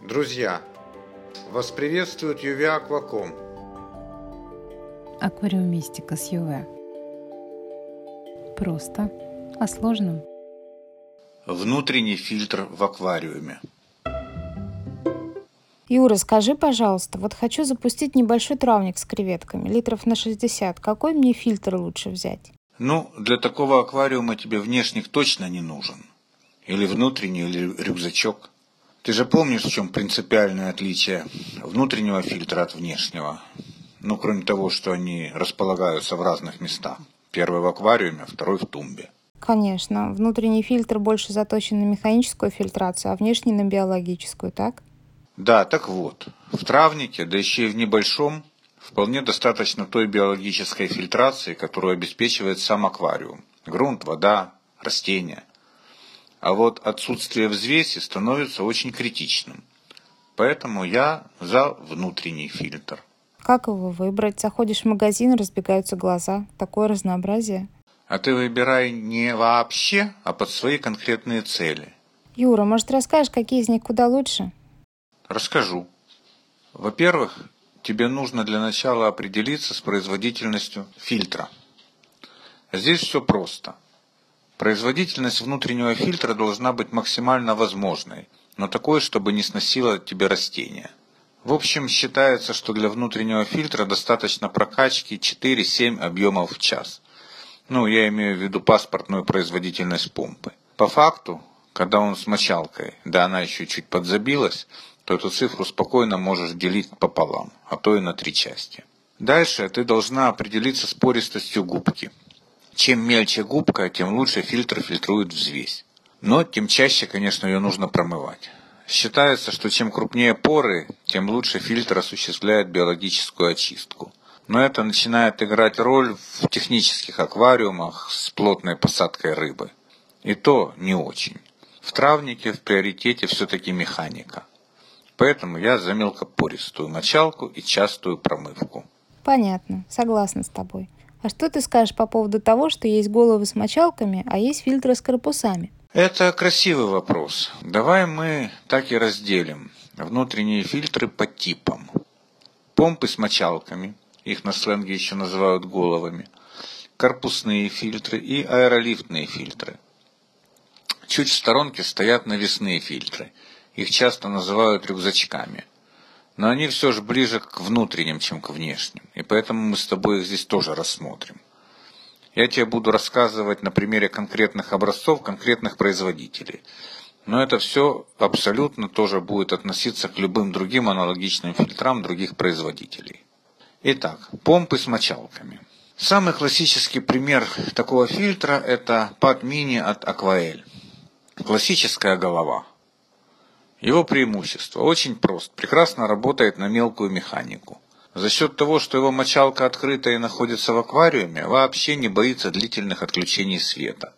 Друзья, вас приветствует UV Aquacom. Аквариумистика с ЮВ. Просто о сложном. Внутренний фильтр в аквариуме. Юра, скажи, пожалуйста, вот хочу запустить небольшой травник с креветками, литров на 60. Какой мне фильтр лучше взять? Для такого аквариума тебе внешник точно не нужен. Или внутренний, или рюкзачок. Ты же помнишь, в чем принципиальное отличие внутреннего фильтра от внешнего? Кроме того, что они располагаются в разных местах. Первый в аквариуме, второй в тумбе. Конечно, внутренний фильтр больше заточен на механическую фильтрацию, а внешний на биологическую, так? Да, так вот, в травнике, да еще и в небольшом, вполне достаточно той биологической фильтрации, которую обеспечивает сам аквариум. Грунт, вода, растения. А вот отсутствие взвеси становится очень критичным. Поэтому я за внутренний фильтр. Как его выбрать? Заходишь в магазин, разбегаются глаза. Такое разнообразие. А ты выбирай не вообще, а под свои конкретные цели. Юра, может, расскажешь, какие из них куда лучше? Расскажу. Во-первых, тебе нужно для начала определиться с производительностью фильтра. Здесь все просто. Производительность внутреннего фильтра должна быть максимально возможной, но такой, чтобы не сносило тебе растения. В общем, считается, что для внутреннего фильтра достаточно прокачки 4-7 объемов в час. Я имею в виду паспортную производительность помпы. По факту, когда он с мочалкой, да она еще чуть подзабилась, то эту цифру спокойно можешь делить пополам, а то и на 3 части. Дальше ты должна определиться с пористостью губки. Чем мельче губка, тем лучше фильтр фильтрует взвесь. Но тем чаще, конечно, ее нужно промывать. Считается, что чем крупнее поры, тем лучше фильтр осуществляет биологическую очистку. Но это начинает играть роль в технических аквариумах с плотной посадкой рыбы. И то не очень. В травнике в приоритете все-таки механика. Поэтому я за мелкопористую мочалку и частую промывку. Понятно, согласна с тобой. А что ты скажешь по поводу того, что есть головы с мочалками, а есть фильтры с корпусами? Это красивый вопрос. Давай мы так и разделим внутренние фильтры по типам. Помпы с мочалками, их на сленге еще называют головами, корпусные фильтры и аэролифтные фильтры. Чуть в сторонке стоят навесные фильтры. Их часто называют рюкзачками. Но они все же ближе к внутренним, чем к внешним. И поэтому мы с тобой их здесь тоже рассмотрим. Я тебе буду рассказывать на примере конкретных образцов, конкретных производителей. Но это все абсолютно тоже будет относиться к любым другим аналогичным фильтрам других производителей. Итак, помпы с мочалками. Самый классический пример такого фильтра – это PAD Mini от Aquael. Классическая голова. Его преимущество очень прост, прекрасно работает на мелкую механику. За счет того, что его мочалка открыта и находится в аквариуме, вообще не боится длительных отключений света.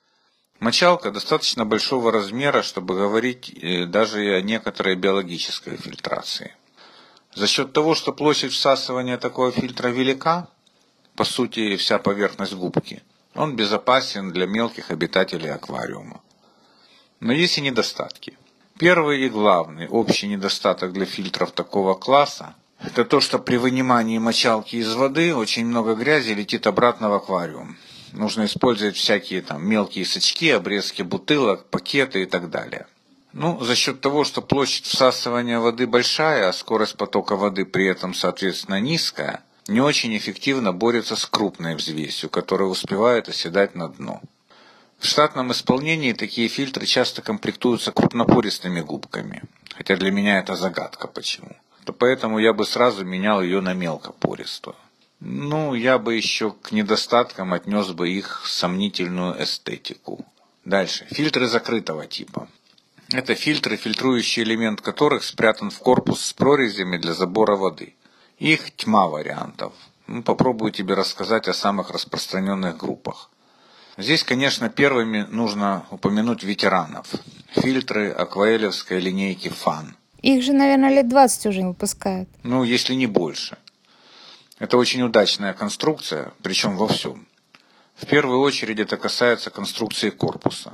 Мочалка достаточно большого размера, чтобы говорить даже и о некоторой биологической фильтрации. За счет того, что площадь всасывания такого фильтра велика, по сути вся поверхность губки, он безопасен для мелких обитателей аквариума. Но есть и недостатки. Первый и главный общий недостаток для фильтров такого класса – это то, что при вынимании мочалки из воды очень много грязи летит обратно в аквариум. Нужно использовать всякие мелкие сачки, обрезки бутылок, пакеты и так далее. За счет того, что площадь всасывания воды большая, а скорость потока воды при этом, соответственно, низкая, не очень эффективно борется с крупной взвесью, которая успевает оседать на дно. В штатном исполнении такие фильтры часто комплектуются крупнопористыми губками, хотя для меня это загадка почему. Поэтому я бы сразу менял ее на мелкопористую. Я бы еще к недостаткам отнес бы их сомнительную эстетику. Дальше. Фильтры закрытого типа. Это фильтры, фильтрующий элемент которых спрятан в корпус с прорезями для забора воды. Их тьма вариантов. Попробую тебе рассказать о самых распространенных группах. Здесь, конечно, первыми нужно упомянуть ветеранов. Фильтры акваэлевской линейки FAN. Их же, наверное, лет 20 уже выпускают. Если не больше. Это очень удачная конструкция, причем во всем. В первую очередь это касается конструкции корпуса.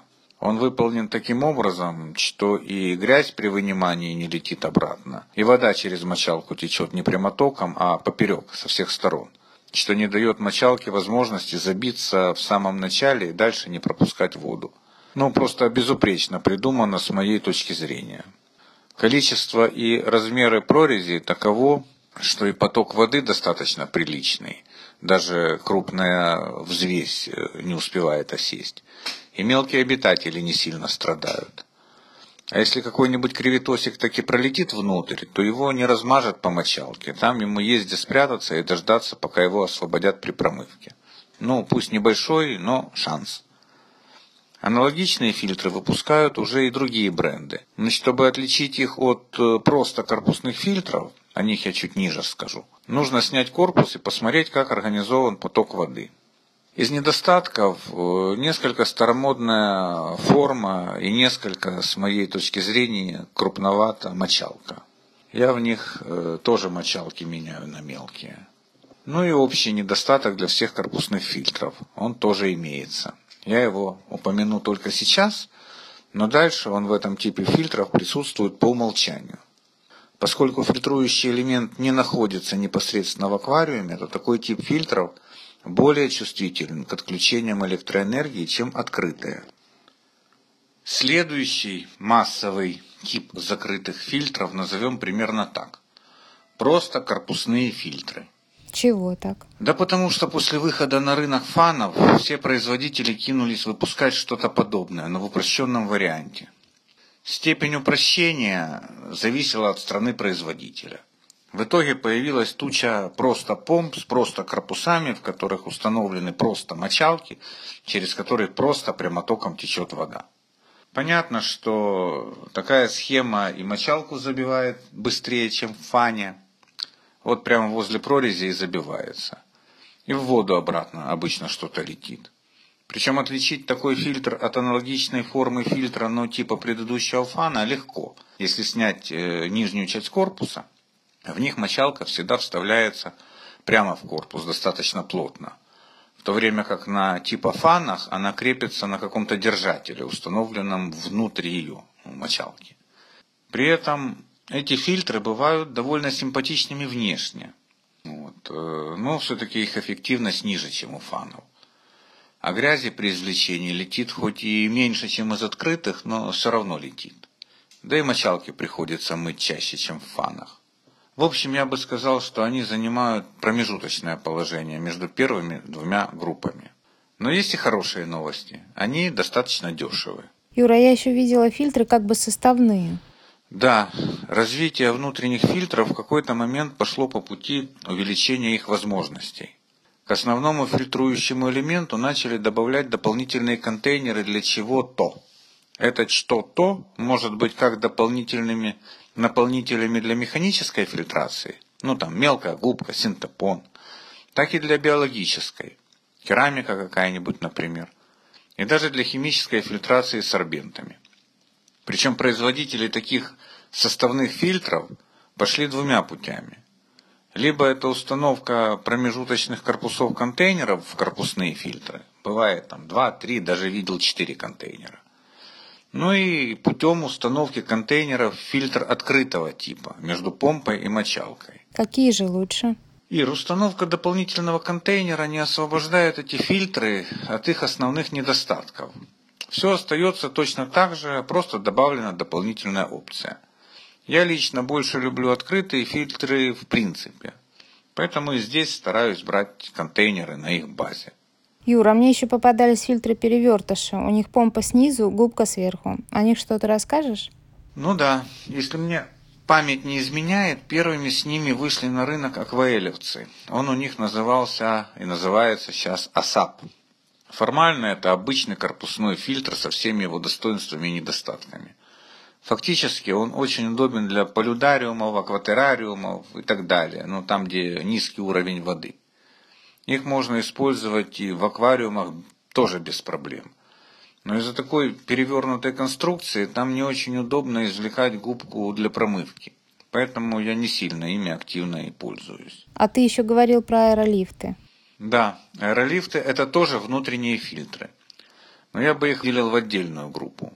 Он выполнен таким образом, что и грязь при вынимании не летит обратно, и вода через мочалку течет не прямотоком, а поперек, со всех сторон, что не дает мочалке возможности забиться в самом начале и дальше не пропускать воду. Ну, просто безупречно придумано с моей точки зрения. Количество и размеры прорези таково, что и поток воды достаточно приличный. Даже крупная взвесь не успевает осесть. И мелкие обитатели не сильно страдают. А если какой-нибудь кривитосик таки пролетит внутрь, то его не размажет по мочалке. Там ему есть где спрятаться и дождаться, пока его освободят при промывке. Ну, пусть небольшой, но шанс. Аналогичные фильтры выпускают уже и другие бренды. Но чтобы отличить их от просто корпусных фильтров, о них я чуть ниже скажу, нужно снять корпус и посмотреть, как организован поток воды. Из недостатков несколько старомодная форма и несколько, с моей точки зрения, крупновата мочалка. Я в них тоже мочалки меняю на мелкие. Ну и общий недостаток для всех корпусных фильтров, он тоже имеется. Я его упомяну только сейчас, но дальше он в этом типе фильтров присутствует по умолчанию. Поскольку фильтрующий элемент не находится непосредственно в аквариуме, то такой тип фильтров более чувствителен к отключениям электроэнергии, чем открытые. Следующий массовый тип закрытых фильтров назовем примерно так. Просто корпусные фильтры. Чего так? Да потому что после выхода на рынок фанов все производители кинулись выпускать что-то подобное, но в упрощенном варианте. Степень упрощения зависела от страны производителя. В итоге появилась туча просто помп с просто корпусами, в которых установлены просто мочалки, через которые просто прямотоком течет вода. Понятно, что такая схема и мочалку забивает быстрее, чем в фане. Вот прямо возле прорези и забивается. И в воду обратно обычно что-то летит. Причем отличить такой фильтр от аналогичной формы фильтра, но типа предыдущего фана, легко. Если снять нижнюю часть корпуса, в них мочалка всегда вставляется прямо в корпус, достаточно плотно. В то время как на типа фанах она крепится на каком-то держателе, установленном внутри ее мочалки. При этом эти фильтры бывают довольно симпатичными внешне. Но все-таки их эффективность ниже, чем у фанов. А грязи при извлечении летит хоть и меньше, чем из открытых, но все равно летит. Да и мочалки приходится мыть чаще, чем в фанах. В общем, я бы сказал, что они занимают промежуточное положение между первыми двумя группами. Но есть и хорошие новости. Они достаточно дешевые. Юра, я еще видела фильтры как бы составные. Да, развитие внутренних фильтров в какой-то момент пошло по пути увеличения их возможностей. К основному фильтрующему элементу начали добавлять дополнительные контейнеры для чего-то. Это что-то может быть как дополнительными наполнителями для механической фильтрации, там мелкая губка, синтепон, так и для биологической, керамика какая-нибудь, например, и даже для химической фильтрации сорбентами. Причем производители таких составных фильтров пошли двумя путями. Либо это установка промежуточных корпусов контейнеров в корпусные фильтры, бывает 2, 3, даже видел 4 контейнера. Ну и путем установки контейнеров в фильтр открытого типа, между помпой и мочалкой. Какие же лучше? Ир, установка дополнительного контейнера не освобождает эти фильтры от их основных недостатков. Все остается точно так же, просто добавлена дополнительная опция. Я лично больше люблю открытые фильтры в принципе, поэтому и здесь стараюсь брать контейнеры на их базе. Юра, мне еще попадались фильтры-перевертыши. У них помпа снизу, губка сверху. О них что-то расскажешь? Ну да, если мне память не изменяет, первыми с ними вышли на рынок акваэлевцы. Он у них назывался и называется сейчас ASAP. Формально это обычный корпусной фильтр со всеми его достоинствами и недостатками. Фактически он очень удобен для полюдариумов, акватерариумов и так далее, там, где низкий уровень воды. Их можно использовать и в аквариумах тоже без проблем. Но из-за такой перевернутой конструкции там не очень удобно извлекать губку для промывки. Поэтому я не сильно ими активно и пользуюсь. А ты еще говорил про аэролифты. Да, аэролифты это тоже внутренние фильтры. но я бы их делил в отдельную группу.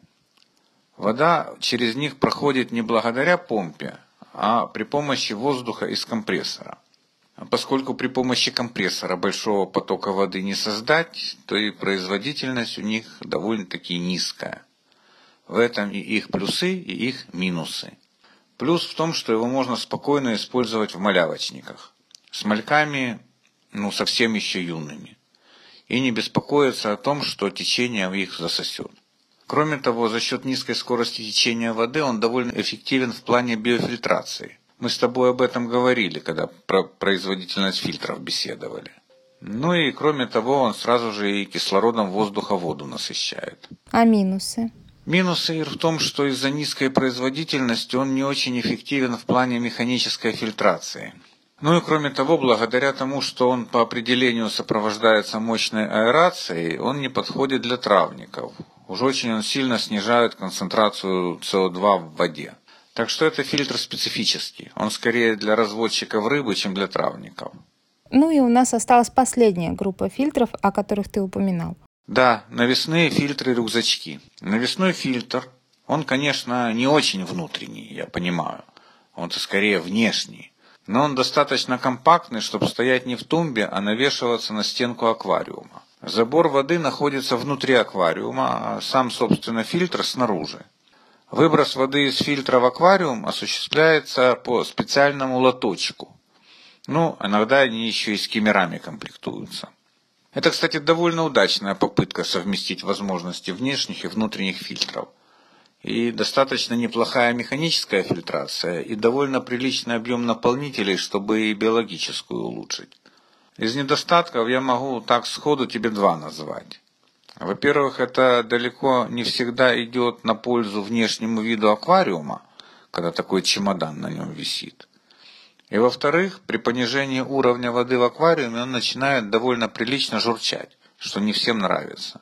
Вода через них проходит не благодаря помпе, а при помощи воздуха из компрессора. А поскольку при помощи компрессора большого потока воды не создать, то и производительность у них довольно-таки низкая. В этом и их плюсы, и их минусы. Плюс в том, что его можно спокойно использовать в малявочниках. С мальками, совсем еще юными. И не беспокоиться о том, что течение их засосет. Кроме того, за счет низкой скорости течения воды он довольно эффективен в плане биофильтрации. Мы с тобой об этом говорили, когда про производительность фильтров беседовали. Ну и кроме того, он сразу же и кислородом воздуха воду насыщает. А минусы? Минусы в том, что из-за низкой производительности он не очень эффективен в плане механической фильтрации. Ну и кроме того, благодаря тому, что он по определению сопровождается мощной аэрацией, он не подходит для травников. Уж очень он сильно снижает концентрацию СО2 в воде. Так что это фильтр специфический. Он скорее для разводчиков рыбы, чем для травников. Ну и у нас осталась последняя группа фильтров, о которых ты упоминал. Да, навесные фильтры-рюкзачки. Навесной фильтр, он, конечно, не очень внутренний, я понимаю. Он-то скорее внешний. Но он достаточно компактный, чтобы стоять не в тумбе, а навешиваться на стенку аквариума. Забор воды находится внутри аквариума, а сам, собственно, фильтр снаружи. Выброс воды из фильтра в аквариум осуществляется по специальному лоточку. Иногда они еще и с кимерами комплектуются. Это, кстати, довольно удачная попытка совместить возможности внешних и внутренних фильтров. И достаточно неплохая механическая фильтрация, и довольно приличный объем наполнителей, чтобы и биологическую улучшить. Из недостатков я могу так сходу тебе два назвать. Во-первых, это далеко не всегда идет на пользу внешнему виду аквариума, когда такой чемодан на нем висит. И во-вторых, при понижении уровня воды в аквариуме он начинает довольно прилично журчать, что не всем нравится.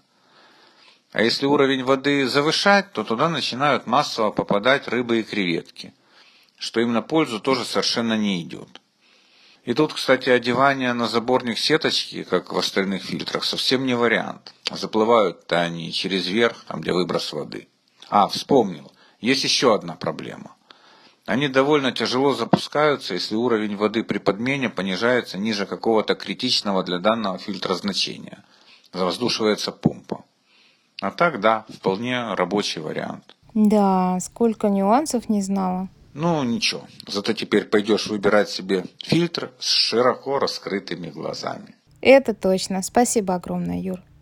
А если уровень воды завышать, то туда начинают массово попадать рыбы и креветки, что им на пользу тоже совершенно не идет. И тут, кстати, одевание на заборник сеточки, как в остальных фильтрах, совсем не вариант. Заплывают-то они через верх, там где выброс воды. Вспомнил, есть еще одна проблема. Они довольно тяжело запускаются, если уровень воды при подмене понижается ниже какого-то критичного для данного фильтра значения. Завоздушивается помпа. А так, да, вполне рабочий вариант. Да, сколько нюансов не знала. Ничего, зато теперь пойдешь выбирать себе фильтр с широко раскрытыми глазами. Это точно. Спасибо огромное, Юр.